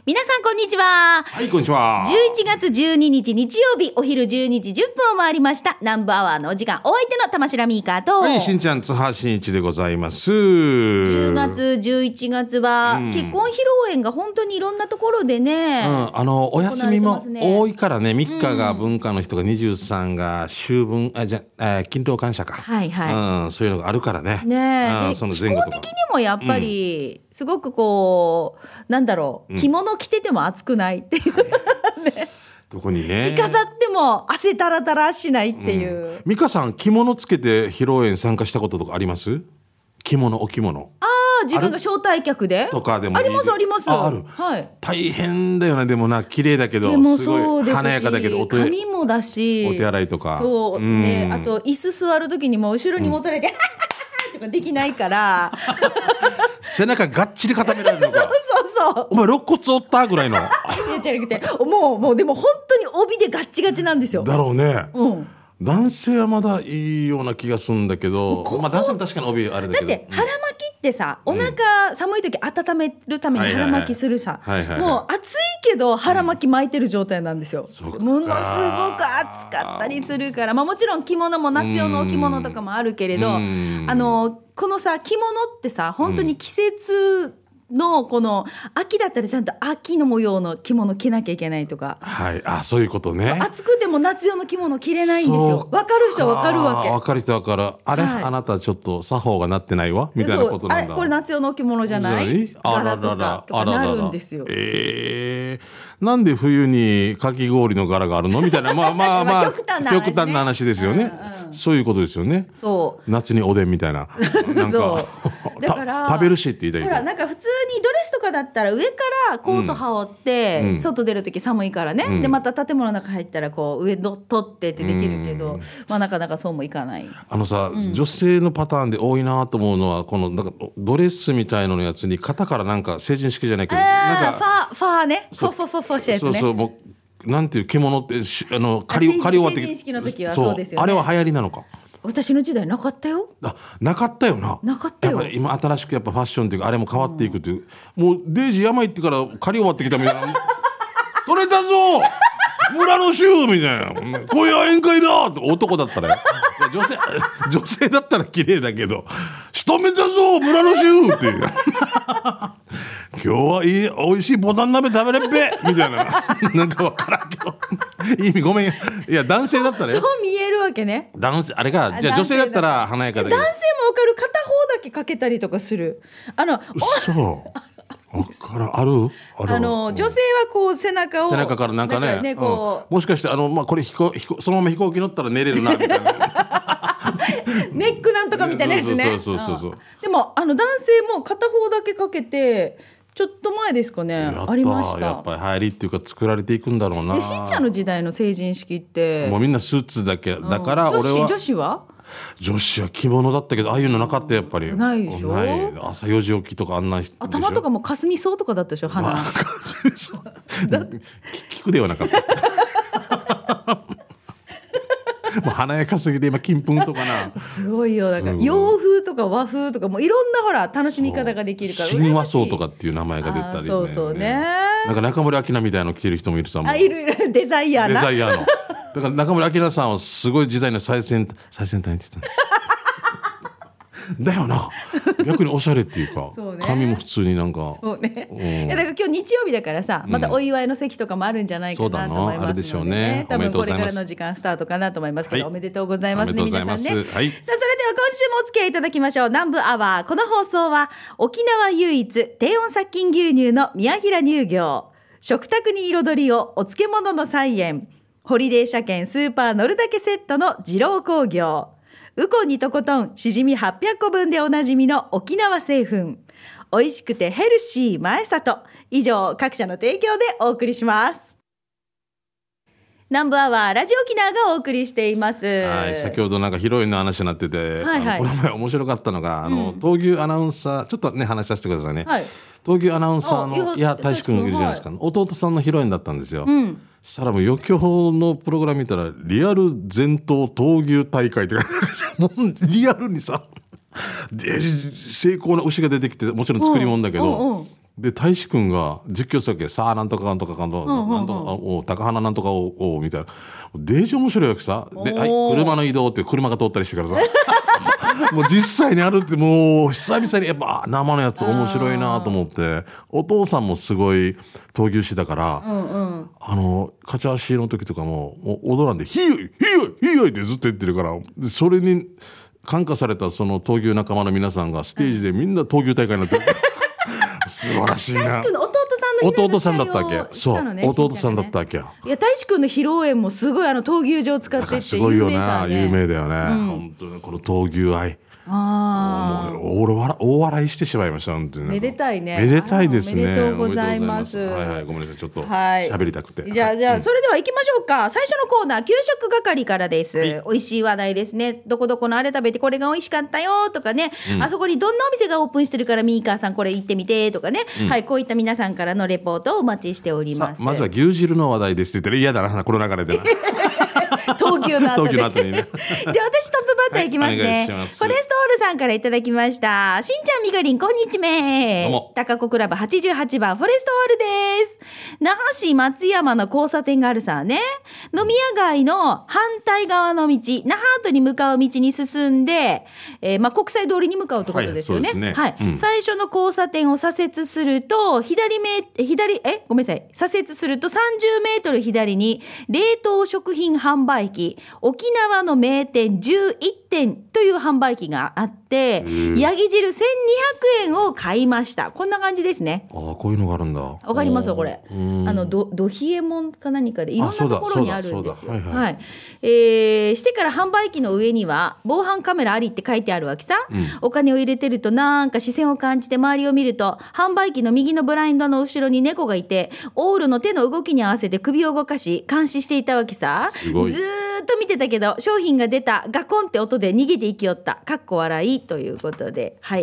皆さんこんにちは。 はい、こんにちは。 11月12日日曜日お昼12時10分を回りました。南部アワーのお時間、お相手の玉城ミーカーと、 はい、しんちゃん津波真一でございます。 10月11月は、結婚披露宴が本当にいろんなところでね、 お休みも多いからね。3日が文化の日とか23が秋分、勤労感謝か、 はいはい、 そういうのがあるからね。 ね、 その前後とか気候的にもやっぱり、すごくこうなんだろう、着物着てても暑くないっていう、ね、 どこにね着飾っても汗たらたらしないっていう、 美香さん着物つけて披露宴参加したこととかあります？着物、お着物。 自分が招待客でとかでもいい。 ありますあります。 ある、 はい、 大変だよね。でもな、綺麗だけどすごい華やかだけど、 髪もだし、 お手洗いとかそう、ね、あと椅子座る時にも後ろにもたれて、とかできないから背中がっちり固められるのかそうお前肋骨折ったぐらいのいやじゃなくてもうでも本当に帯でガッチガチなんですよ。 だろうね、男性はまだいいような気がするんだけど、男性も確かに帯あれだけど、 だって腹巻きってさ、お腹寒い時温めるために腹巻きするさ、もう暑いけど腹巻き巻いてる状態なんですよ、ものすごく暑かったりするから、もちろん着物も夏用のお着物とかもあるけれど、このさ着物ってさ本当に季節のこの秋だったらちゃんと秋の模様の着物着なきゃいけないとか、 そういうことね。 暑くても夏用の着物着れないんですよ。分かる人は分かるわけ。 分かる人は分かる。あなたちょっと作法がなってないわみたいなことなんだ。 これ夏用の着物じゃない？柄とかなるんですよ。 なんで冬にかき氷の柄があるのみたいな、極端な話ですよね。そういうことですよね。夏におでんみたいな、なんかだから食べるしって言いたいけど、 ほらなんか普通にドレスとかだったら上からコート羽織って、外出るとき寒いからね、でまた建物の中入ったらこう上取ってってできるけど、なかなかそうもいかない。 女性のパターンで多いなと思うのは、このなんかドレスみたいのやつに肩からなんか成人式じゃないけど、なんかファーね、フォしたやつね。 そうもうなんていう着物って借り終わって成人式の時はそうですよね。 あれは流行りなのか。 私の時代なかったよ。 なかったよな。 なかったよ。 やっぱり今新しくやっぱファッションっていうかあれも変わっていくという、もうデイジ山行ってから借り終わってきたみたいな取れたぞ村の衆みたいな、今夜は宴会だって男だったら女性だったら綺麗だけど、仕留めたぞ村の衆っていう今日はいい美味しいボタン鍋食べれっぺみたいななんか分からんけど意味ごめん。いや男性だったらそう見えるわけね。 男性あれか。じゃあ女性だったら華やかだけど、 男性も分かる。片方だけかけたりとかする。 そう分からん。ある女性はこう背中からなんかね、もしかしてこれそのまま飛行機乗ったら寝れるなみたいなネックなんとかみたいなやつね。 そうでも男性も片方だけかけてちょっと前ですかね、ありました。 やっぱり流行りっていうか作られていくんだろうな。 しっちゃんの時代の成人式ってもうみんなスーツだけだから、俺は女子は着物だったけど、ああいうのなかった。やっぱりないでしょ。 朝4時起きとかあんな人頭とかもかすみそうとかだったでしょ。鼻聞くではなかったもう華やかすぎて今金粉とかなすごいよ。だから洋風とか和風とかもういろんなほら楽しみ方ができるから、 新和装とかっていう名前が出たりね。 そうね。 なんか中森明菜みたいなの着てる人もいるさ。 いるデザイアーのだから中森明菜さんはすごい時代の最先端に言ってたんですだよな。逆におしゃれっていうか髪も普通になんかそうね。だから今日日曜日だからさ、またお祝いの席とかもあるんじゃないかなと思いますので、ね、 あるでしょうね。 多分これからの時間スタートかなと思いますけど、おめでとうございますね、皆さんね。さあ、それでは今週もお付き合いいただきましょう。南部アワー。この放送は沖縄唯一低温殺菌牛乳の宮平乳業、食卓に彩りをお漬物の菜園、ホリデー車検スーパー乗るだけセットの二郎工業、ウコンにとことんしじみ800個分でおなじみの沖縄製粉、美味しくてヘルシー前里。以上各社の提供でお送りします。南部アワーラジオ沖縄がお送りしています。 先ほどなんかヒロインの話になってて、この前面白かったのが闘牛アナウンサー、ちょっとね話させてくださいね。闘牛アナウンサーの大志くんいるじゃないですか、弟さんのヒロインだったんですよ。したらもう余興のプログラム見たらリアル全頭闘牛大会ってもうリアルにさで精巧な牛が出てきて、もちろん作り物だけど、 で大志くんが実況するわけさあなんとかなんとかかんとか、なんとかお高花なんとかおみたいなデージ面白いわけさで、はい、車の移動って車が通ったりしてからさもう実際にあるってもう久々にやっぱ生のやつ面白いなと思ってお父さんもすごい闘牛士だから、勝ち足の時とかもう踊らんで「ひいよいひいよいひいよい」ってずっと言ってるからそれに感化されたその闘牛仲間の皆さんがステージでみんな闘牛大会になってる素晴らしいな。 大志くんの弟さんの弟さんだったわけ、そう、ね、弟さんだったわけよ。 いや大志くんの披露宴もすごい闘牛場を使ってって有名さ、ね、 有名だよね、本当にこの闘牛愛俺大笑いしてしまいました本当に。 めでたいね。 めでたいですね。 おめでとうございます。 はいはい、ごめんなさいちょっと喋りたくて、 じゃあそれでは行きましょうか。最初のコーナー給食係からです、美味しい話題ですね。どこどこのあれ食べてこれが美味しかったよとかね、あそこにどんなお店がオープンしてるからミーカーさんこれ行ってみてとかね、はい、こういった皆さんからのレポートをお待ちしております。 まずは牛汁の話題ですって言ったら嫌だなこの流れでな東急の後で東急の後にねじゃあ私トップバッターいきますね、はい、フォレストオールさんからいただきました。しんちゃんみがりんこんにちめ。高子クラブ88番フォレストオールです。那覇市松山の交差点があるさね。飲み屋街の反対側の道那覇跡に向かう道に進んで、国際通りに向かうところですよね。はい、ね、はい、最初の交差点を左折すると左ごめんなさい左折すると30メートル左に冷凍食品販売機沖縄の名店11店という販売機があってヤギ汁1200円を買いました。こんな感じですね。 こういうのがあるんだ。 わかりますよこれ。ドヒエモンか何かでいろんなところにあるんですよ。はい、してから販売機の上には防犯カメラありって書いてあるわけさ、お金を入れてるとなんか視線を感じて周りを見ると販売機の右のブラインドの後ろに猫がいてオールの手の動きに合わせて首を動かし監視していたわけさ。ずーっと見てたけど商品が出たガコンって音で逃げていきよったかっこ笑いということで、はい、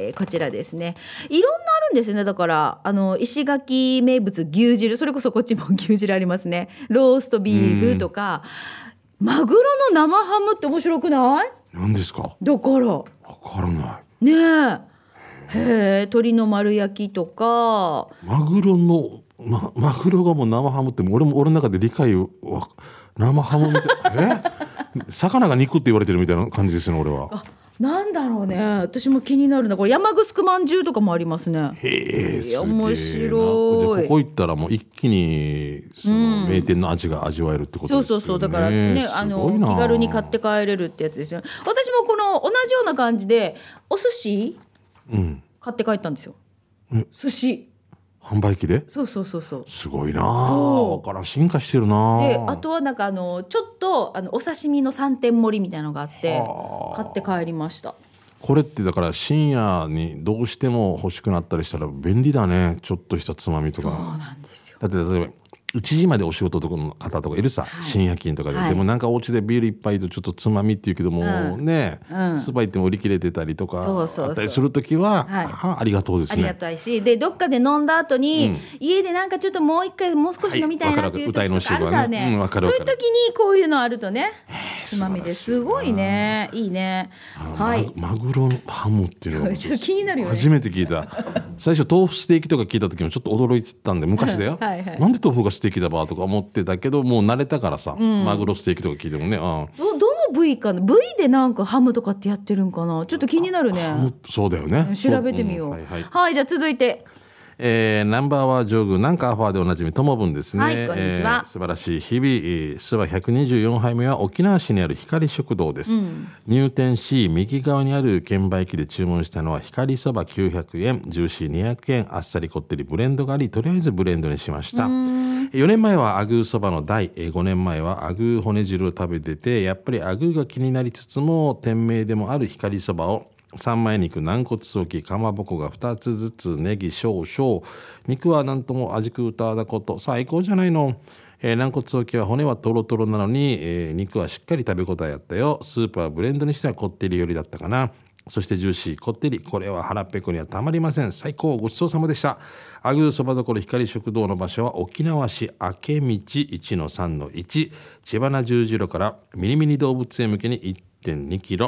こちらですね。いろんなあるんですよね。だから石垣名物牛汁、それこそこっちも牛汁ありますね。ローストビーフとかマグロの生ハムって面白くない？ 何ですか？ だからわからないねえ。鶏の丸焼きとかマグロがもう生ハムって俺の中で理解は生ハムみたい魚が肉って言われてるみたいな感じですよね俺は。 なんだろうね、私も気になるな。これ山ぐすくまんじゅうとかもありますね。 へえ、すげえな。 面白い。 ここ行ったらもう一気にその名店の味が味わえるってことですよね。 そうだからね気軽に買って帰れるってやつですよ。私もこの同じような感じでお寿司、買って帰ったんですよ。寿司販売機で。 そうすごいな。だから進化してるな。 であとはなんかちょっとお刺身の3点盛りみたいなのがあって買って帰りました。 これってだから深夜にどうしても欲しくなったりしたら便利だね。ちょっとしたつまみとか。 そうなんですよ。 だって例えば1時までお仕事とかの方とかいるさ、深夜勤とかで、でもなんかお家でビール一杯とちょっとつまみっていうけども、ね、スーパー行っても売り切れてたりとかあったりするときは、ありがとうですね。 ありがたいし、でどっかで飲んだ後に、家でなんかちょっともう一回もう少し飲みたいなっていう時とかあるさね。そういう時にこういうのあるとね、つまみですごいね、いいね。はい。 マグロハムっていうのはちょっと気になるよね。 初めて聞いた。最初豆腐ステーキとか聞いた時もちょっと驚いてたんで昔だよ。なんで豆腐がステーキだばとか思ってたけどもう慣れたからさ、マグロステーキとか聞いてもね、 どの部位かな、部位でなんかハムとかってやってるんかな、ちょっと気になるね。 そうだよね。 調べてみよう。はい、じゃあ続いてナンバーワー上宮なんかアファーでおなじみともぶんですね。 はい、こんにちは。 素晴らしい日々。そば124杯目は沖縄市にある光食堂です。入店し右側にある券売機で注文したのは光そば900円、ジューシー200円、あっさりこってりブレンドがあり、とりあえずブレンドにしました。4年前はアグーそばの大、5年前はアグー骨汁を食べてて、やっぱりアグーが気になりつつも店名でもある光そばを三枚肉、軟骨置き、かまぼこが2つずつ、ネギ少々、肉はなんとも味く歌だこと最高じゃないの。軟骨置きは骨はトロトロなのに、肉はしっかり食べ応えあったよ。スープはブレンドにしてはこってりよりだったかな。そしてジューシーこってり、これは腹ペコにはたまりません。最高、ごちそうさまでした。アグーそばどころ光食堂の場所は沖縄市明道 1-3-1、千葉な十字路からミニミニ動物園向けに 1.2 キロ、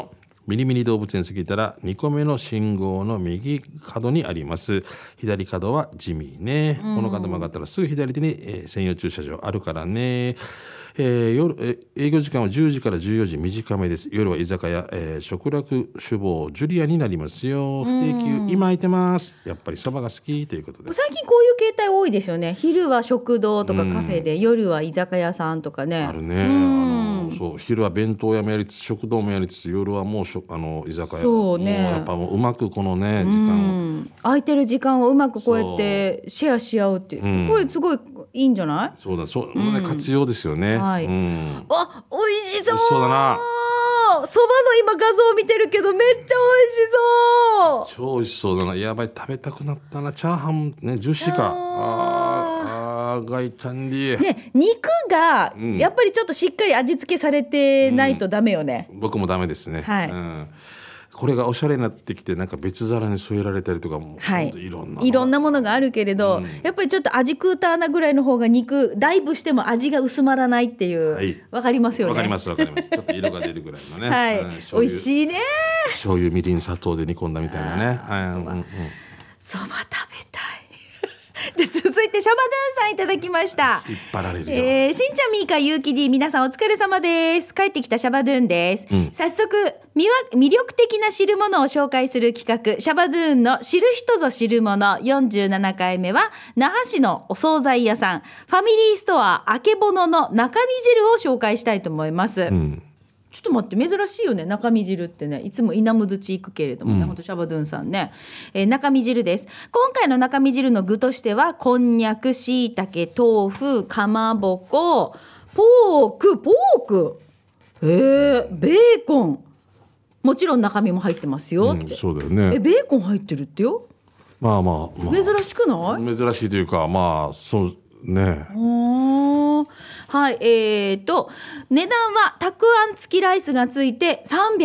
ミニミニ動物園過ぎたら2個目の信号の右角にあります。左角はジミーね、この角曲がったらすぐ左手に、専用駐車場あるからね。夜営業時間は10時から14時、短めです。夜は居酒屋、食楽酒房ジュリアになりますよ。不定休今空いてます。やっぱりそばが好きということで、 最近こういう形態多いですよね。昼は食堂とかカフェで、夜は居酒屋さんとかね。 あるね。そう昼は弁当屋もやりつつ食堂もやりつつ、夜はもう居酒屋。 そうね、 もうやっぱもううまくこのね時間を、 空いてる時間をうまくこうやってシェアし合うっていう、これすごいいいんじゃない？ そうだそう、ね、活用ですよね。 はい。あ、美味しそう。 美味しそうだな。 そばの今画像見てるけどめっちゃ美味しそう。 超美味しそうだな。やばい、食べたくなったな。チャーハンね、ジューシーか。ガイタンディね、肉がやっぱりちょっとしっかり味付けされてないとダメよね。 僕もダメですね。 はい。 これがおしゃれになってきて、なんか別皿に添えられたりとかも、 はい、 いろんなものがあるけれど、やっぱりちょっと味食うたーなぐらいの方が肉ダイブしても味が薄まらないっていう、はい、分かりますよね。 分かります分かります。ちょっと色が出るぐらいのね、 はい、美味しいね。 醤油みりん砂糖で煮込んだみたいなね。 そば食べたい。じゃ続いてシャバドゥンさんいただきました。 引っ張られるよ。 しんちゃん、みーか、ゆうき D、 皆さんお疲れ様です。帰ってきたシャバドゥンです、早速魅力的な知るものを紹介する企画、シャバドゥンの知る人ぞ知るもの47回目は、那覇市のお惣菜屋さんファミリーストアあけぼのの中身汁を紹介したいと思います。ちょっと待って、珍しいよね、中身汁ってね。いつも稲むずち行くけれどもね、ほんとシャバドゥンさんね、中身汁です。今回の中身汁の具としては、こんにゃく、しいたけ、豆腐、かまぼこ、ポーク、ベーコン、もちろん中身も入ってますよって、 そうだよね。 ベーコン入ってるってよ。まあ、珍しくない？ 珍しいというか、まあそうね。 はい、値段はたくあん付きライスがついて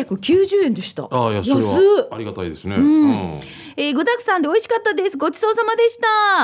390円でした。 安い。ありがたいですね。 具だくさんで美味しかったです。ごちそうさまでした。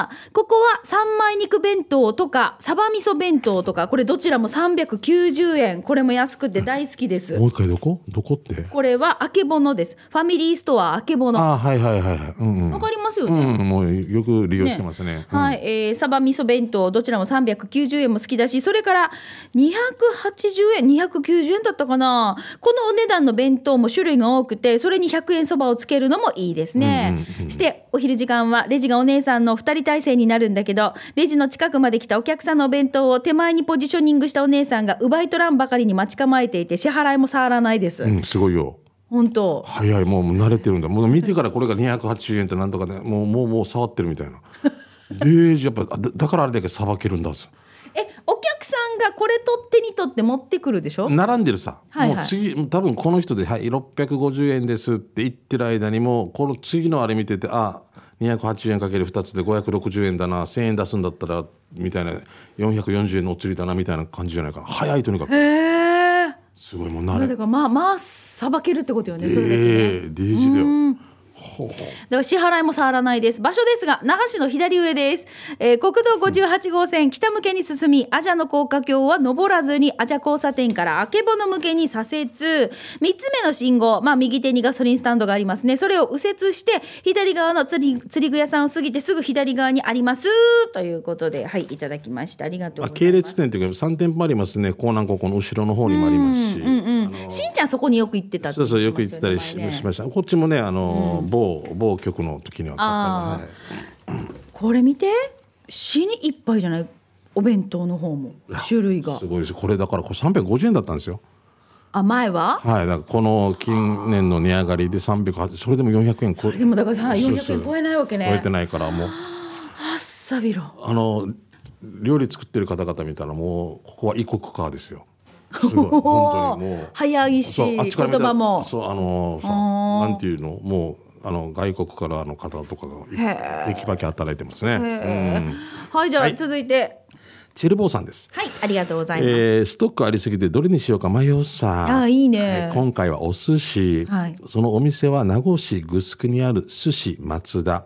ここは三枚肉弁当とかサバ味噌弁当とか、これどちらも390円。これも安くて大好きです。 もう一回どこって？これはあけぼのです。ファミリーストアあけぼの。 はい、 わかりますよね。 もうよく利用してますね。 はい、サバ味噌弁当どちらも390円も好きだし、それから280円290円だったかな。このお値段の弁当も種類が多くて、それに100円そばをつけるのもいいですね。してお昼時間はレジがお姉さんの2人体制になるんだけど、レジの近くまで来たお客さんのお弁当を手前にポジショニングしたお姉さんが奪い取らんばかりに待ち構えていて、支払いも触らないです。 すごいよ。 本当早い。もう慣れてるんだ。もう見てからこれが280円ってなんとかね、もう触ってるみたいな。でやっぱだからあれだけさばけるんだ。 お客さんがこれ手に取って持ってくるでしょ。 並んでるさ、 はいはい、 もう次多分この人で、はい、650円ですって言ってる間にもこの次のあれ見てて、280円かける2つで560円だな、1000円出すんだったらみたいな、440円のお釣りだなみたいな感じじゃないかな。早い。とにかくすごい。もう慣れだからさばけるってことよね。それだけね。 デイジだよ。 だから支払いも触らないです。場所ですが那覇市の左上です。国道58号線北向けに進み、アジャの高架橋は登らずにアジャ交差点からあけぼの向けに左折、3つ目の信号、右手にガソリンスタンドがありますね。それを右折して左側の釣り具屋さんを過ぎてすぐ左側にありますということで、はい、いただきました。ありがとうございます。 系列店というか3店舗ありますね。江南高校の後ろの方にもありますし、 しんちゃんそこによく行ってたって、 そうよく行ったりしました。こっちもね、某局の時には買ったこれ見て、死にいっぱいじゃない。お弁当の方も種類がすごいです。これだからこれ350円だったんですよ。 前はだからこの近年の値上がりで380、それでも400円でもだから400円超えないわけね。 超えてないから、もうさびろ。 料理作ってる方々見たら、もうここは異国家ですよ。すごい本当にもう早いし、言葉もなんていうの、もう外国からの方とかがテキパキ働いてますね。 はい、じゃあ続いてチェルボーさんです。 はい、ありがとうございます。 ストックありすぎてどれにしようか迷うさ。 いいね。 今回はお寿司、そのお店は名護市城にある寿司松田。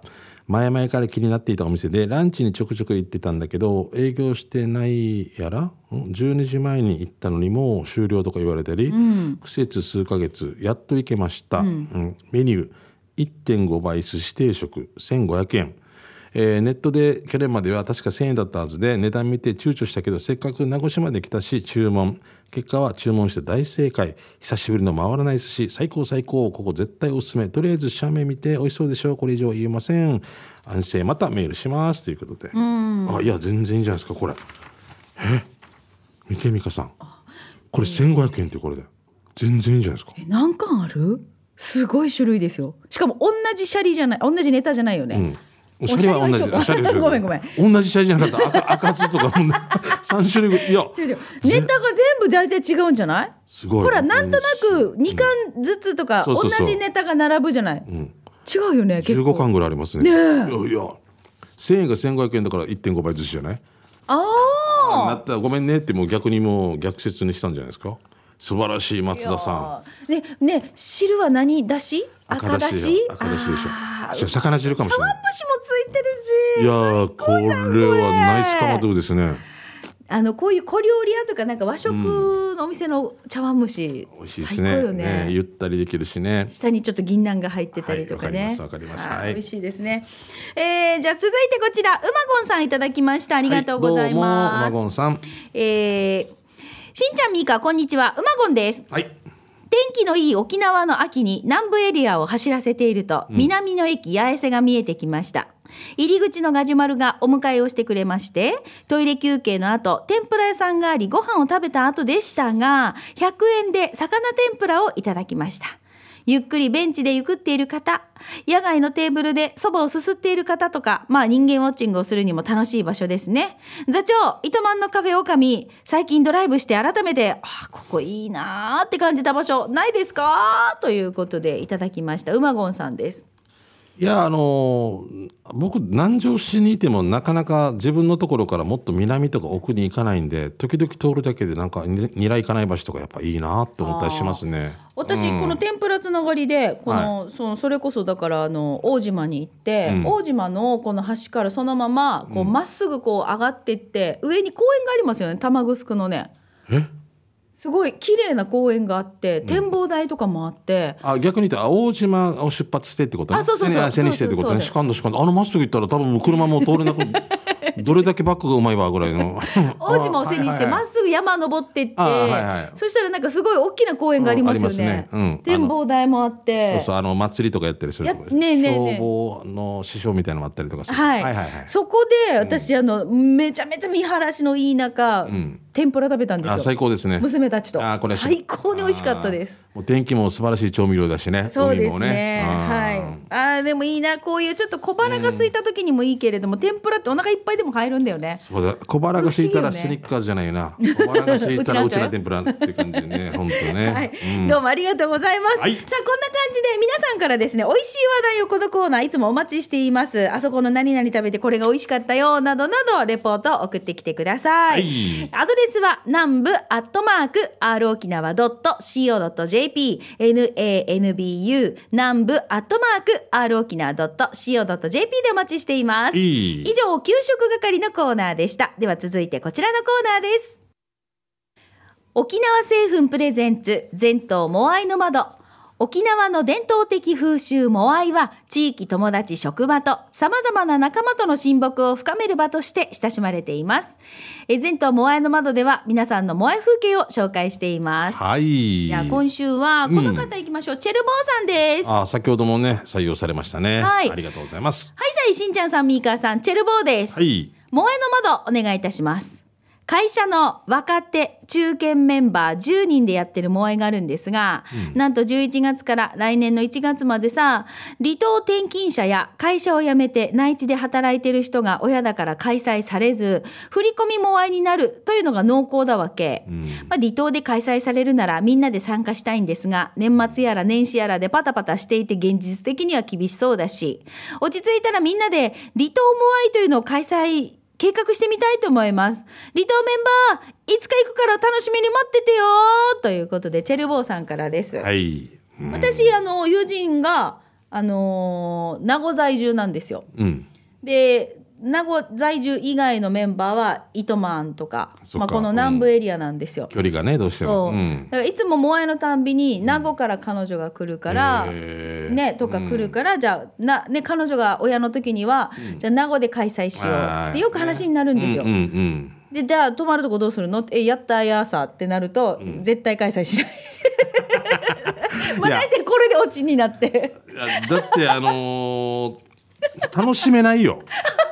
前々から気になっていたお店でランチにちょくちょく行ってたんだけど営業してないやら12時前に行ったのにもう終了とか言われたり、苦節数ヶ月やっと行けました、メニュー 1.5 倍寿司定食1500円、ネットで去年までは確か1000円だったはずで値段見て躊躇したけどせっかく名護市まで来たし注文、結果は注文して大正解、久しぶりの回らない寿司最高最高、ここ絶対おすすめ、とりあえず写メ見て美味しそうでしょう、これ以上言えません、安静またメールしますということで、いや全然いいんじゃないですかこれ。見てみかさんこれ1500円ってこれで全然いいんじゃないですか。 何巻ある？すごい種類ですよ。しかも同じシャリじゃない、同じネタじゃないよね、 シャリは同じシャリですよ。 ごめん同じシャリじゃなかった赤酢とか3種類いやネタが全部大体違うんじゃない？すごい。ほらなんとなく2巻ずつとか同じネタが並ぶじゃない、違うよね。結構 15巻ぐらいありますね。いや1000円が1500円だから 1.5 倍ずつじゃない？なったらごめんねってもう逆にもう逆説にしたんじゃないですか。素晴らしい松田さん。ね汁は何だし？赤だし？ 赤だしでしょ。魚汁かもしれない。 茶碗蒸しもついてるし。 いやこれはナイスかまどうですね。 こういう小料理屋とかなんか和食のお店の茶碗蒸し、 美味しいですね。最高よね。ゆったりできるしね。 下にちょっと銀杏が入ってたりとかね。 わかります。 美味しいですね。じゃあ続いてこちらうまごんさんいただきました。ありがとうございます。 どうもうまごんさん。 しんちゃんみーかこんにちは、うまごんです。 はい。 天気のいい沖縄の秋に南部エリアを走らせていると、南の駅八重瀬が見えてきました。入り口のガジュマルがお迎えをしてくれまして、トイレ休憩の後天ぷら屋さんがありご飯を食べた後でしたが、100円で魚天ぷらをいただきました。ゆっくりベンチでゆくっている方、野外のテーブルでそばをすすっている方とか、人間ウォッチングをするにも楽しい場所ですね。座長、糸満のカフェオカミ、最近ドライブして改めてここいいなって感じた場所ないですかということでいただきました。うまごんさんです。 いや僕南城市にいてもなかなか自分のところからもっと南とか奥に行かないんで、時々通るだけでなんかニラ行かない場所とかやっぱいいなって思ったりしますね。 私、この天ぷらつながりでそれこそだから大島に行って、大島のこの橋からそのまままっすぐ上がっていって、上に公園がありますよね、玉城のね。すごい綺麗な公園があって、展望台とかもあって、 逆に言ったら大島を出発してってことね。 そう背にしてってことね。しかんまっすぐ行ったら多分車も通れなくどれだけバックがうまいわぐらいの大島を背にしてまっすぐ山登っていって、そしたらなんかすごい大きな公園がありますよね。展望台もあって、 祭りとかやったりするところ、消防の師匠みたいなのもあったりとかする。 そこで私めちゃめちゃ見晴らしのいい中、天ぷら食べたんですよ。 最高ですね。 娘たちと最高に美味しかったです。 もう天気も素晴らしい調味料だしね。 そうですね。でもいいな、こういうちょっと小腹が空いた時にもいいけれども、天ぷらってお腹いっぱいでも入るんだよね。 そうだ、小腹が空いたらスニッカーズじゃないな。小腹が空いたらうちな天ぷらって感じでね。本当ね。 どうもありがとうございます。さあこんな感じで皆さんからですね、美味しい話題をこのコーナーいつもお待ちしています。あそこの何々食べてこれが美味しかったよなどなどレポートを送ってきてください。アドレスは南部@r沖縄 .co.jp、 nanbu 南部@r沖縄 .co.jp でお待ちしています。以上、給食係のコーナーでした。では続いてこちらのコーナーです。沖縄製粉プレゼンツ全島モアイの窓。沖縄の伝統的風習モアイは、地域、友達、職場と様々な仲間との親睦を深める場として親しまれています。全島モアイの窓では皆さんのモアイ風景を紹介しています。じゃあ今週はこの方いきましょう。チェルボーさんです。 先ほどもね採用されましたね。ありがとうございます。 しんちゃんさん、みーかーさん、チェルボーです。モアイの窓お願いいたします。会社の若手中堅メンバー10人でやってるモアイがあるんですが、なんと11月から来年の1月までさ、離島転勤者や会社を辞めて内地で働いてる人が親だから開催されず、振り込みモアイになるというのが濃厚だわけ。離島で開催されるならみんなで参加したいんですが、年末やら年始やらでパタパタしていて現実的には厳しそうだし、落ち着いたらみんなで離島モアイというのを開催計画してみたいと思います。離島メンバーいつか行くから楽しみに待っててよということで、チェルボーさんからです。私友人が名護在住なんですよ。 うん、 で名護在住以外のメンバーは糸満とか、この南部エリアなんですよ、 距離がねどうしても。 そう、だからいつもモアイのたんびに名護から彼女が来るから、ね、とか来るから、じゃあね、彼女が親の時には、じゃあ名護で開催しようってよく話になるんですよ。でじゃあ泊まるとこどうするのってやったやさってなると、絶対開催しない大体これでオチになってだって楽しめないよ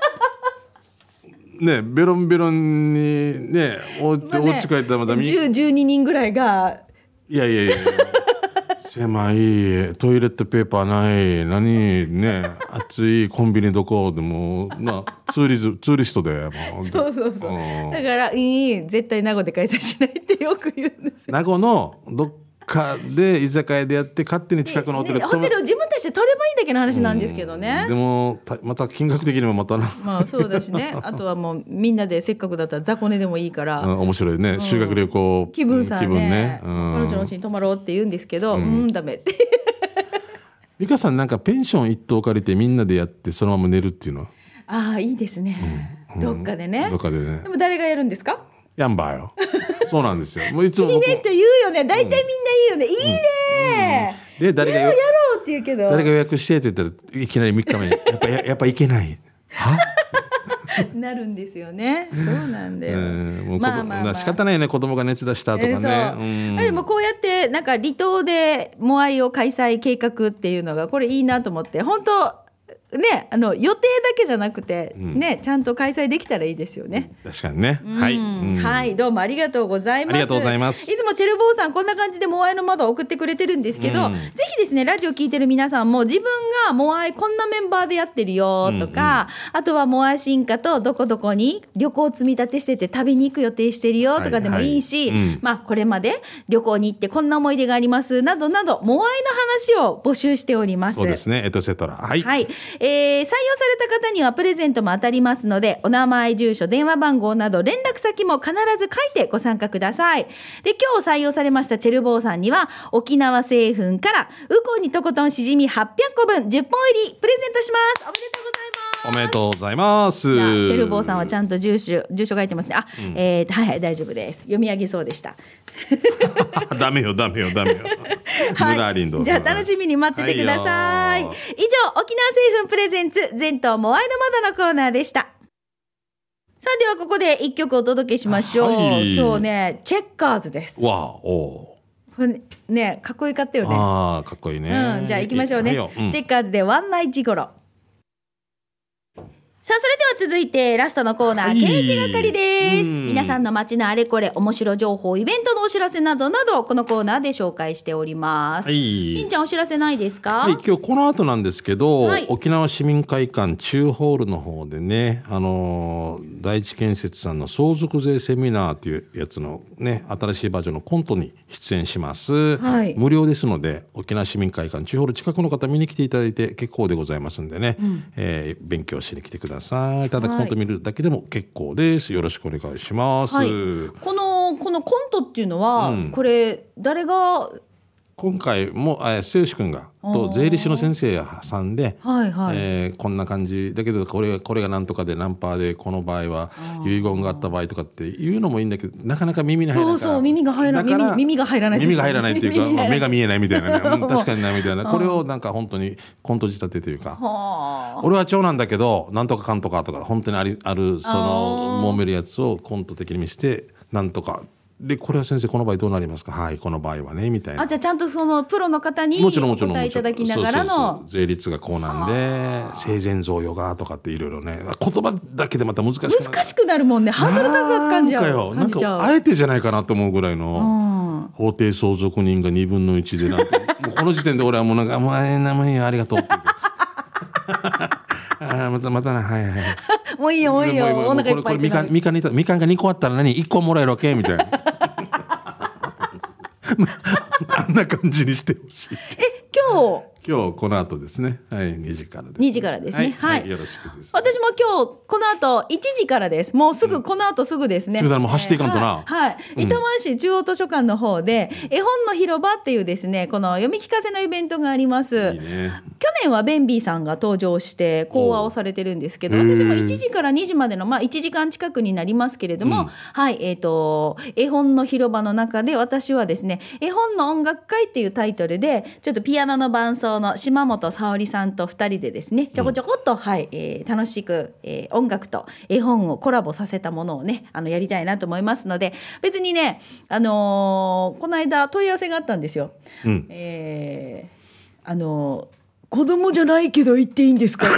ね、ベロンベロンにね、お家帰ったらまた 12人ぐらいがいや狭いトイレットペーパーない何ね、暑いコンビニどこでもツーリストでもうそうだから絶対名護で開催しないってよく言うんですよ。 名護のどっかで居酒屋でやって勝手に近くのホテルを自分たちで取ればいいだけの話なんですけどね。 でもまた金額的にもまたそうだしねあとはもうみんなでせっかくだったら雑魚寝でもいいから、 面白いね、修学旅行気分さね、彼女のうちに泊まろうって言うんですけど、ダメって美香さんなんかペンション一棟借りてみんなでやってそのまま寝るっていうのいいですね、どっかでね。 でも誰がやるんですか？ やんばよそうなんですよ。もういつもいいねって言うよね。大体みんな言うよね、いいね、 で誰がやろうって言うけど、 誰が予約してって言ったらいきなり3日目にやっぱいけないなるんですよね。そうなんだよ。 もう仕方ないね、子供が熱出したとかね。 でもこうやってなんか離島でモアイを開催計画っていうのがこれいいなと思って、本当ね、予定だけじゃなくて、ね、ちゃんと開催できたらいいですよね。 確かにね、 はい、どうもありがとうございます。 ありがとうございます。 いつもチェルボーさんこんな感じでモアイの窓を送ってくれてるんですけど、ぜひですねラジオ聞いてる皆さんも自分がモアイこんなメンバーでやってるよとか、あとはモアイ進化とどこどこに旅行積み立てしてて旅に行く予定してるよとかでもいいし、これまで旅行に行ってこんな思い出がありますなどなどモアイの話を募集しております。 そうですね、エトセトラ。はい、 採用された方にはプレゼントも当たりますので、お名前、住所、電話番号など連絡先も必ず書いてご参加ください。で、今日採用されましたチェルボーさんには沖縄製粉からウコンにとことんしじみ800個分10本入りプレゼントします。おめでとうございます。 おめでとうございます。 チェルボーさんはちゃんと住所書いてますね。はい、大丈夫です。読み上げそうでしたダメよはい、じゃあ楽しみに待っててください。以上、沖縄製粉プレゼンツ全島モアイの窓のコーナーでした。さあではここで一曲お届けしましょう。今日ねチェッカーズです。 わおね、かっこよかったよね。 かっこいいね、 じゃあ行きましょうね、チェッカーズでワンナイチゴロ。さあそれでは続いてラストのコーナー、刑事係です。皆さんの街のあれこれ、面白情報、イベントのお知らせなどなどこのコーナーで紹介しております。しんちゃんお知らせないですか？ 今日この後なんですけど、沖縄市民会館中ホールの方でね、第一建設さんの相続税セミナーというやつのね、新しいバージョンのコントに出演します、無料ですので沖縄市民会館中ホール近くの方見に来ていただいて結構でございますんでね、勉強しに来てください。ただコント見るだけでも結構です。よろしくお願いします、 このコントっていうのは、これ誰が今回も剛君がと税理士の先生さんで、こんな感じだけどこれが何とかで何パーでこの場合は遺言があった場合とかっていうのもいいんだけど、なかなか耳に入らないから耳が入らないっていうか、目が見えないみたいなね、確かになみたいな、これをなんか本当にコント仕立てというか、俺は長男だけどなんとかかんとかとか本当にあるその揉めるやつをコント的に見せてなんとかで、これは先生この場合どうなりますか、はいこの場合はねみたいな。 じゃあちゃんとそのプロの方にお答えいただきながらの税率がこうなんで生前贈与がとかっていろいろね、言葉だけでまた難しくなるもんね。ハードル高く感じちゃう。 なんかあえてじゃないかなと思うぐらいの、法定相続人が2分の1でなんかもうこの時点で俺はもうなんかもう名前ありがとうってまたな、はいもういいよお腹いっぱいみかんが2個あったら1個もらえるわけみたいなあんな感じにしてほしい。 今今日この後ですね、はい、2時からです、 2時からですね、はい、 はい、よろしくです。 私も今日この後1時からです。もうすぐ、この後すぐですね。 すみません、もう走っていかんとな。 はい、糸満市中央図書館の方で、絵本の広場っていうですね、この読み聞かせのイベントがあります。 いいね。 去年はベンビーさんが登場して講話をされてるんですけど、私も1時から2時までの、1時間近くになりますけれども、はい、絵本の広場の中で私はですね、絵本の音楽会っていうタイトルで、ちょっとピアノの伴奏の島本沙織さんと2人でですね、ちょこちょこっと、はい、楽しく、音楽と絵本をコラボさせたものをね、やりたいなと思いますので、別にね、この間問い合わせがあったんですよ。子供じゃないけど言っていいんですか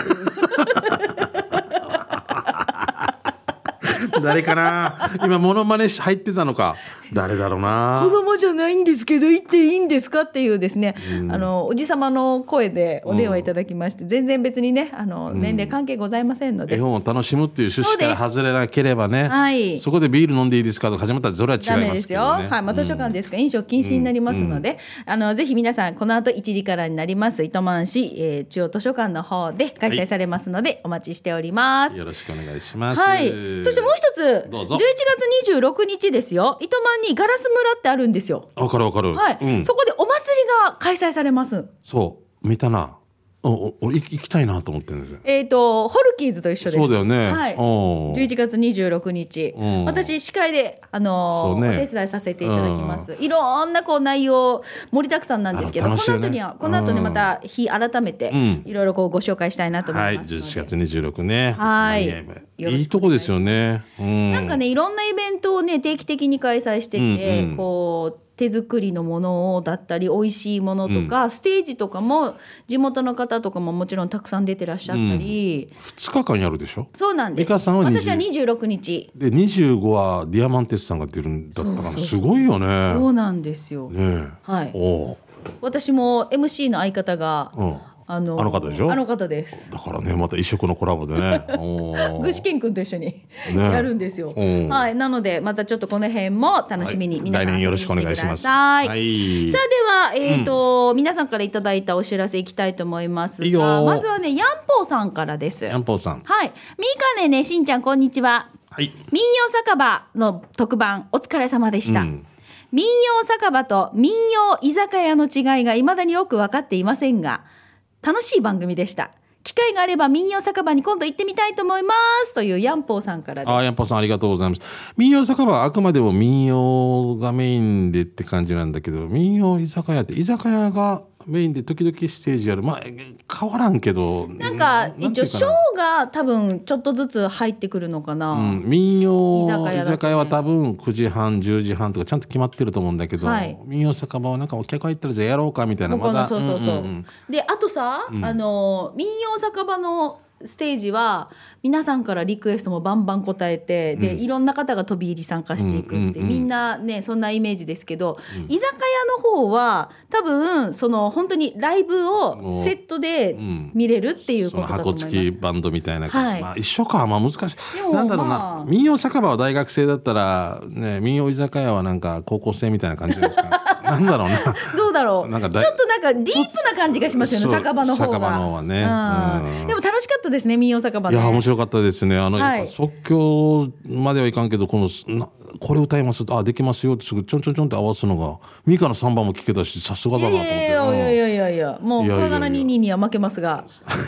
誰かな、今モノマネ入ってたのか、誰だろうな。 子供じゃないんですけど言っていいんですかっていうですね、おじさまの声でお電話いただきまして、全然別にね、年齢関係ございませんので、 絵本を楽しむっていう趣旨から外れなければね、はい、そこでビール飲んでいいですかと始まったらそれは違いますけどね。ダメですよ、はい、図書館ですから飲食禁止になりますので、ぜひ皆さんこの後1時からになります糸満市、中央図書館の方で開催されますので、お待ちしております。 よろしくお願いします。 はい、そしてもう一つ、11月26日ですよ、糸満にガラス村ってあるんですよ。 わかるわかる、 はい、そこでお祭りが開催されます。 そう見たな、俺行きたいなと思ってるんですよ。 ホルキーズと一緒です。 そうだよね、 はい、11月26日、私司会でお手伝いさせていただきます。いろんな内容盛りだくさんなんですけど、この後にまた日改めていろいろご紹介したいなと思いますので、 はい、11月26ね、 はい、 いいとこですよね。 なんかね、いろんなイベントをね定期的に開催してて、手作りのものをだったり美味しいものとか、ステージとかも地元の方とかももちろんたくさん出てらっしゃったり、 2日間やるでしょ。 そうなんです。私は26日で25はディアマンテスさんが出るんだったから、すごいよね。 そうなんですよ、 ね、 はい、私も MC の相方が、あの方でしょ。あの方です。 だからね、また異色のコラボでね具志堅くんと一緒に、やるんですよ、はい、なのでまたちょっとこの辺も楽しみに皆さん遊びに来てください。来年よろしくお願いします。はい、さあでは、皆さんからいただいたお知らせいきたいと思いますが、まずはね、ヤンポーさんからです。 ヤンポーさん、 はい、みーかねしんちゃんこんにちは。はい、民謡酒場の特番お疲れ様でした。民謡酒場と民謡居酒屋の違いが未だによく分かっていませんが、楽しい番組でした。機会があれば民謡酒場に今度行ってみたいと思いますというヤンポーさんからです。 ヤンポーさんありがとうございます。民謡酒場はあくまでも民謡がメインでって感じなんだけど、民謡居酒屋って居酒屋がメインで時々ステージやる、変わらんけど、 なんか一応ショーが多分ちょっとずつ入ってくるのかな、 民謡居酒屋は多分9時半10時半とかちゃんと決まってると思うんだけど、民謡酒場はなんかお客入ったらじゃあやろうかみたいな、まだそう、であとさ、民謡酒場のステージは皆さんからリクエストもバンバン答えて、でいろんな方が飛び入り参加していくって、みんなねそんなイメージですけど、居酒屋の方は多分その本当にライブをセットで見れるっていうことだと思います。 箱付きバンドみたいな、一緒か、難しい。なんだろうな、民謡酒場は大学生だったら、民謡居酒屋はなんか高校生みたいな感じですかなんだろうな、 どうだろう、ちょっとなんかディープな感じがしますよね、酒場の方が。 酒場の方はね、 でも楽しかったですね、民謡酒場ね。 いや面白かったですね。やっぱ即興まではいかんけど、これ歌いますとできますよってすぐちょんちょんちょんって合わすのが、ミカの3番も聞けたし、さすがだなと思って。 いやもう小柄にには負けますが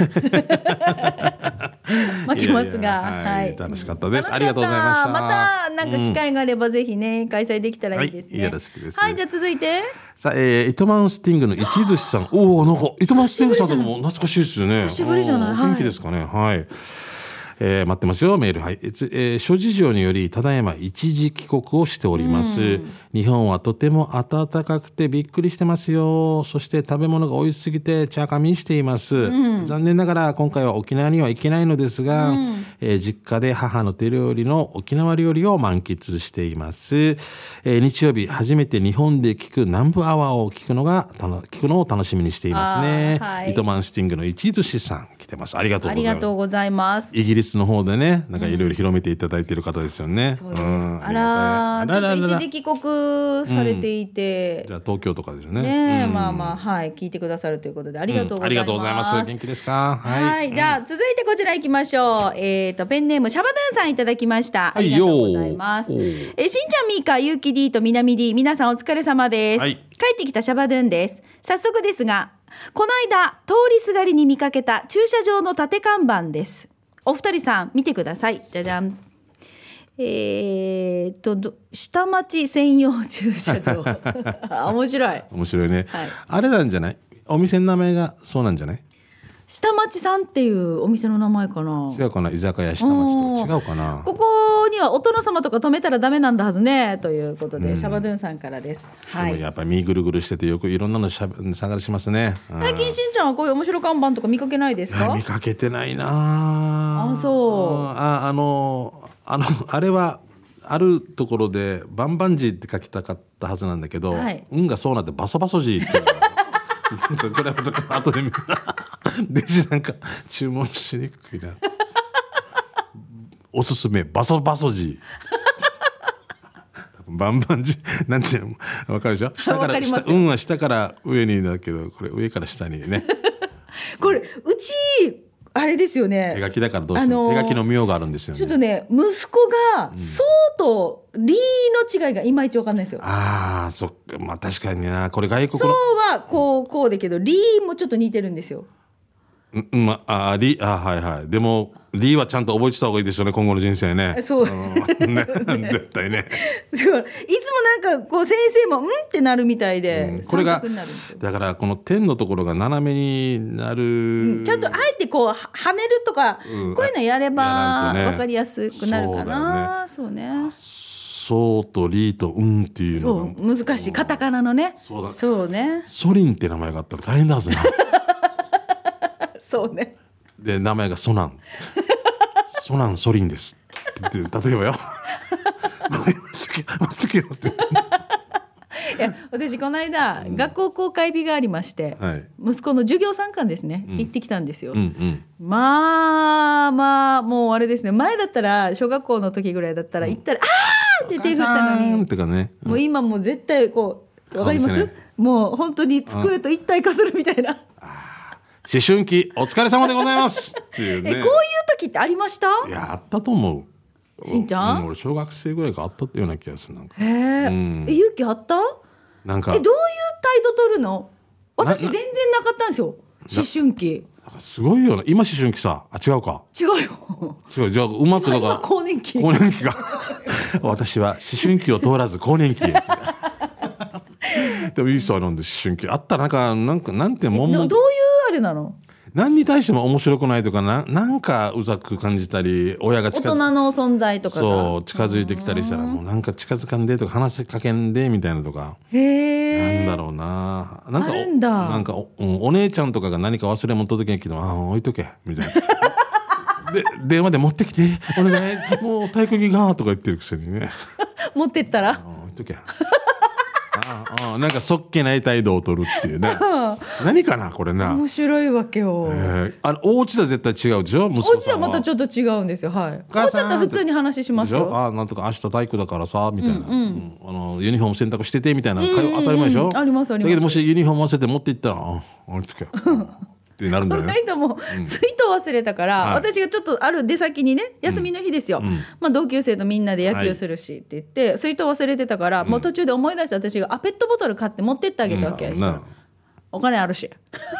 負けますが、はい、 楽しかったです。ありがとうございました。 またなんか機会があればぜひね、開催できたらいいですね。 よろしくです。 はい、じゃあ続いてさあ、糸満スティングの一寿司さん。なんか糸満スティングさんとかも懐かしいですよね。 久しぶりじゃない。 元気ですかね。はい。待ってますよ、メール。はい。諸事情によりただいま一時帰国をしております。日本はとても暖かくてびっくりしてますよ。そして食べ物が美味しすぎて茶かみしています。残念ながら今回は沖縄には行けないのですが、実家で母の手料理の沖縄料理を満喫しています。日曜日初めて日本で聞く南部アワーを聞くのを楽しみにしていますね。糸満スティングの一寿司さん来ててます。ありがとうございます。 ありがとうございます。 イギリスの方でね、なんかいろいろ広めていただいている方ですよね。 そうです。あら、ちょっと一時帰国されていて、 じゃあ東京とかですよね。 ね、まあまあ、はい、聞いてくださるということでありがとうございます。 ありがとうございます。元気ですか。 はい、じゃあ続いてこちら行きましょう。ペンネームシャバドゥンさんいただきました。ありがとうございます。しんちゃん、みーか、ゆうき D とみなみ D、皆さんお疲れ様です。帰ってきたシャバドゥンです。早速ですが、この間通りすがりに見かけた駐車場の縦看板です。お二人さん見てください。じゃじゃん。下町専用駐車場。面白い。 面白いね、はい、あれなんじゃない、お店の名前がそうなんじゃない、 下町さんっていうお店の名前かな。 違うかな、居酒屋下町と違うかな。 ここにはお殿様とか止めたらダメなんだはずね、ということで、シャバドゥンさんからです。はい、 でもやっぱり身ぐるぐるしててよくいろんなの探しますね。 最近しんちゃんはこういう面白看板とか見かけないですか？ 見かけてないなあ。そう。 あれはあるところでバンバンジーって書きたかったはずなんだけど、はい、運がそうなってバソバソジーってこれは後で見たデジなんか注文しにくいなおすすめバソバソジーバンバンジーなんて分かるでしょ。下から下、運は下から上にだけど、これ上から下にねこれうちあれですよね、 手書きだからどうしても手書きの妙があるんですよね。 ちょっとね、息子がそうとリーの違いがいまいち分かんないですよ。 ああ、そっか、まあ確かにな。これ外国のそうはこうだけどリーもちょっと似てるんですよ。 はいはい。でもリーはちゃんと覚えてた方がいいですよね、今後の人生ね。 そう、 ね、絶対ね。 いつもなんかこう先生もってなるみたいで、 これがだからこの点のところが斜めになる、 ちゃんとあえてこう跳ねるとか、こういうのやれば分かりやすくなるかな。そうね。 そうとリーとっていうのが難しい、カタカナのね。そうね。 ソリンって名前があったら大変だはずな。 そうね。 で名前がソナンソナンソリンですって例えばよ待っとけよっていや、私この間、学校公開日がありまして、はい、息子の授業参観ですね、行ってきたんですよ、まあもうあれですね、前だったら小学校の時ぐらいだったら行ったら、あーって手振ったのに、 とかね、 もう今もう絶対こうわかります？もう本当に机と一体化するみたいな。 思春期お疲れ様でございますっていうね。 こういう時ってありました？ いや、あったと思う。 しんちゃん、 俺小学生ぐらいかあったっていうような気がする。なんか勇気あった？ なんかどういう態度取るの？私全然なかったんですよ、思春期。 すごいよな。今思春期さ、違うか。 違うよ。 違う、じゃあうまくだから更年期が私は思春期を通らず更年期へでもいいさ、なんで思春期あったらなんてもんもん、 どういうあれなの？ 何に対しても面白くないとかなんかうざく感じたり、親が大人の存在とかがそう近づいてきたりしたら、もうなんか近づかんでとか話しかけんでみたいなとか、なんだろうな、なんかあるんだ。 なんか お姉ちゃんとかが何か忘れ物届けんけど、置いとけみたいなで電話で持ってきてお願い、もう体育着がとか言ってるくせにね持ってったら置いとけなんかそっけない態度を取るっていうね何かなこれな。 面白いわけよ。 お家とは絶対違うでしょ。息子さんはお家はまたちょっと違うんですよ。はい。お家だったら普通に話しますよ。 なんとか明日体育だからさみたいな、ユニフォーム洗濯しててみたいな会話当たり前でしょ。 ありますあります。 だけどもしユニフォーム忘れて持っていったら置いとけってなるんだよね。 この間も水筒忘れたから、私がちょっとある出先にね、休みの日ですよ、同級生とみんなで野球するしって言って、水筒忘れてたから、もう途中で思い出して私がペットボトル買って持ってってあげたわけですよ、お金あるし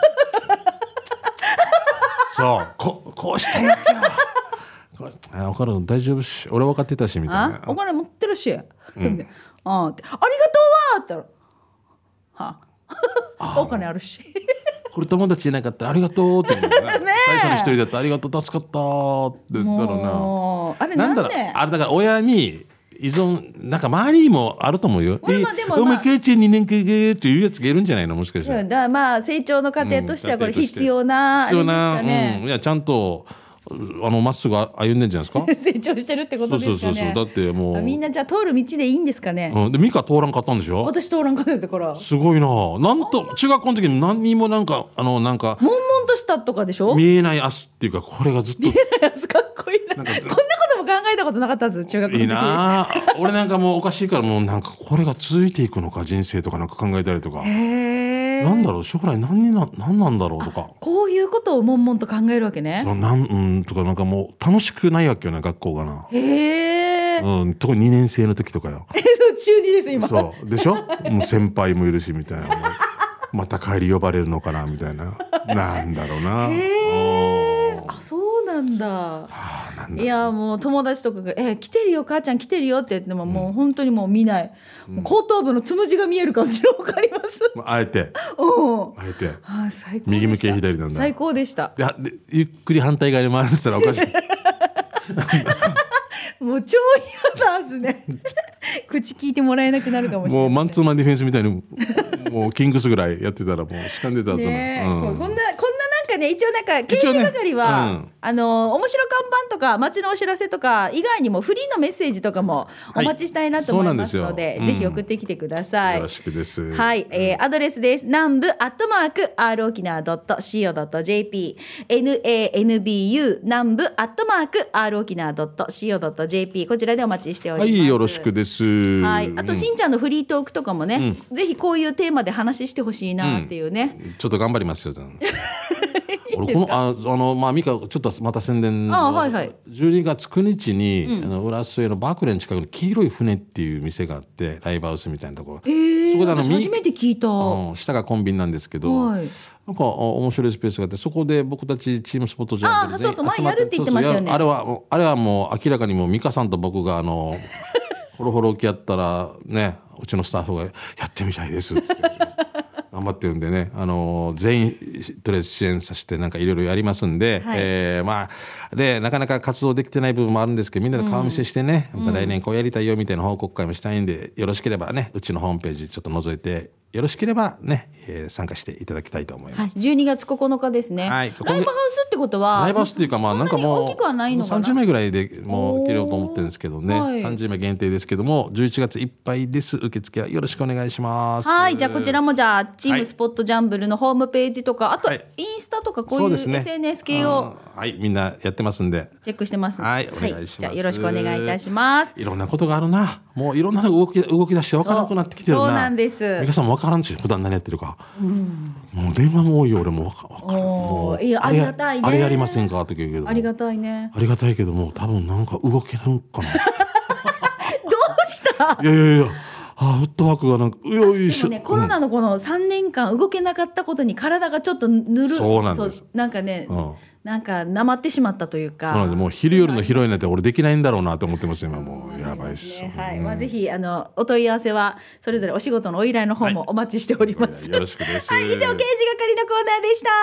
そうこうしたやつよ分かる、大丈夫し、俺分かってたしみたいな、 お金持ってるし、ってありがとうわって言ったらお金あるしこれ友達いなかったらありがとうって言うんだよね。最初の一人だったらありがとう助かったって言ったらな、 あれなんだろう、 あれだから親に依存、なんか周りにもあると思うよ。お前ケイチ2年生っていうやつがいるんじゃないの、もしかして。 まあ成長の過程としてはこれ必要な、 いやちゃんとまっすぐ歩んでんじゃないですか成長してるってことですかね。 そうだってもうみんなじゃあ通る道でいいんですかね。 でミカ通らんかったんでしょ。 私通らんかったですから。 すごいな。なんと中学校の時に何にもなんか悶々としたとかでしょ。 見えない明日っていうか、これがずっと見えない明日かっこいいな。こんなことも考えたことなかったです中学校の時。 いいな。俺なんかもうおかしいから、もうなんかこれが続いていくのか人生とかなんか考えたりとか、なんだろう将来何なんだろうとか、 こういうことを悶々と考えるわけね。 そうとかなんかもう楽しくないわけよね学校がな。特に2年生の時とかよ。 中2です今。 そうでしょ。もう先輩もいるしみたいな。また帰り呼ばれるのかなみたいな。なんだろうな。 あ、そうなんだ。いやもう友達とかが来てるよ母ちゃん来てるよって言っても、もう本当にもう見ない、もう後頭部のつむじが見える感じの分かります。あえて最高。 右向け左なんだ。 最高でした。 でゆっくり反対側に回ってたらおかしい。 もう超嫌なはずね。口聞いてもらえなくなるかもしれない。 もうマンツーマンディフェンスみたいにもうキングスぐらいやってたらもうしかんでたはずね。こんななんかね、一応なんか刑事係は、面白看板とか街のお知らせとか以外にもフリーのメッセージとかもお待ちしたいなと思いますので、ぜひ送ってきてください。 よろしくです。 はい、アドレスです。南部@r沖縄 .co.jp、 nanbu 南部@r沖縄 .co.jp、 こちらでお待ちしております。 はい、よろしくです。 はい、あとしんちゃんのフリートークとかもね、ぜひこういうテーマで話してほしいなっていうね、 ちょっと頑張りますよ。俺このミカちょっとまた宣伝の、12月9日に、浦添のバークレーの近くに黄色い船っていう店があって、ライブハウスみたいなところ、そこで私初めて聞いた、 下がコンビニなんですけど、なんか面白いスペースがあって、そこで僕たちチームスポットジャングルでそう前やるって言ってましたよね。 あれはもう明らかにもうミカさんと僕がホロホロ受け合ったらね、うちのスタッフがやってみたいですって頑張ってるんでね、全員とりあえず支援させてなんかいろいろやりますんで、でなかなか活動できてない部分もあるんですけど、みんなで顔見せしてね、また来年こうやりたいよみたいな報告会もしたいんで、よろしければね、うちのホームページちょっと覗いてよろしければね、参加していただきたいと思います。 12月9日ですね。ライブハウスってことは、 ライブハウスっていうか、なんかもう30名ぐらいでもう切れようと思ってるんですけどね、30名限定ですけども、11月いっぱいです。受付はよろしくお願いします。 はい、じゃあこちらもチームスポットジャンブルのホームページとか、あとインスタとかこういう SNS 系をみんなやってますんでチェックしてます。 お願いします。 じゃあよろしくお願いいたします。 いろんなことがあるな。もういろんなの動き出して分からなくなってきてるな。 そうなんです。 美香さんも分からんし、普段何やってるか、もう電話も多いよ。俺も分からん。もうありがたいね。 あれやりませんかって言うけど、 ありがたいね。 ありがたいけども、多分なんか動けないのかな。どうした？ いやフットワークがなんかよいしょ。 でもね、コロナのこの3年間動けなかったことに体がちょっとぬる、 そうなんです。 なんかね、なんかなまってしまったというか。 そうなんです。もう昼夜の広いなんて俺できないんだろうなと思ってます今。もうやばいっす。 ぜひお問い合わせはそれぞれお仕事のお依頼の方もお待ちしております。 よろしくです。 以上、刑事係のコーナーでした。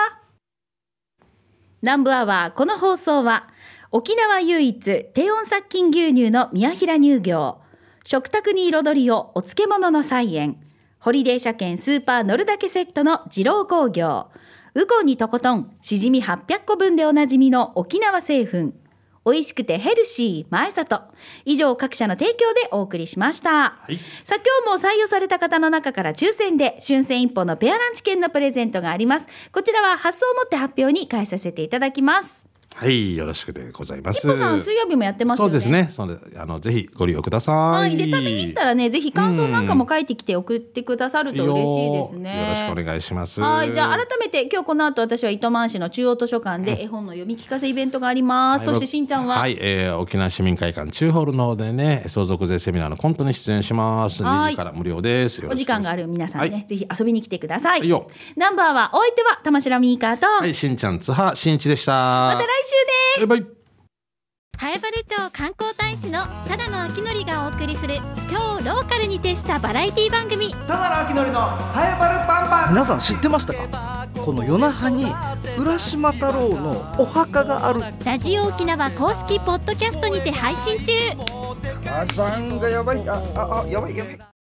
南部アワー、この放送は沖縄唯一低温殺菌牛乳の宮平乳業、食卓に彩りをお漬物の菜園、ホリデー車検スーパー乗るだけセットの二郎工業、ウコンにとことんしじみ800個分でおなじみの沖縄製粉、美味しくてヘルシー前里、以上各社の提供でお送りしました。さあ今日も採用された方の中から抽選で春戦一歩のペアランチ券のプレゼントがあります。こちらは発送をもって発表に返させていただきます。 はい、よろしくでございます。 一歩さん水曜日もやってますよね。 そうですね。ぜひご利用ください。 で食べに行ったらね、ぜひ感想なんかも書いてきて送ってくださると嬉しいですね。 よろしくお願いします。 はい、じゃあ改めて今日この後私は糸満市の中央図書館で絵本の読み聞かせイベントがあります。そしてしんちゃんは沖縄市民会館中ホールの方でね、相続税セミナーのコントに出演します。2時から無料です。 お時間がある皆さんね、ぜひ遊びに来てください。ナンバーはお相手は玉城ミーカーと、 しんちゃん津波しんいちでした。 また来週ね。 バイバイ。 南風原町観光大使のただのあきのりがお送りする超ローカルに徹したバラエティ番組、 ただのあきのりのハエバルパンパン。皆さん知ってましたか？この与那覇に浦島太郎のお墓がある。 ラジオ沖縄公式ポッドキャストにて配信中。 火山がやばい。やばい。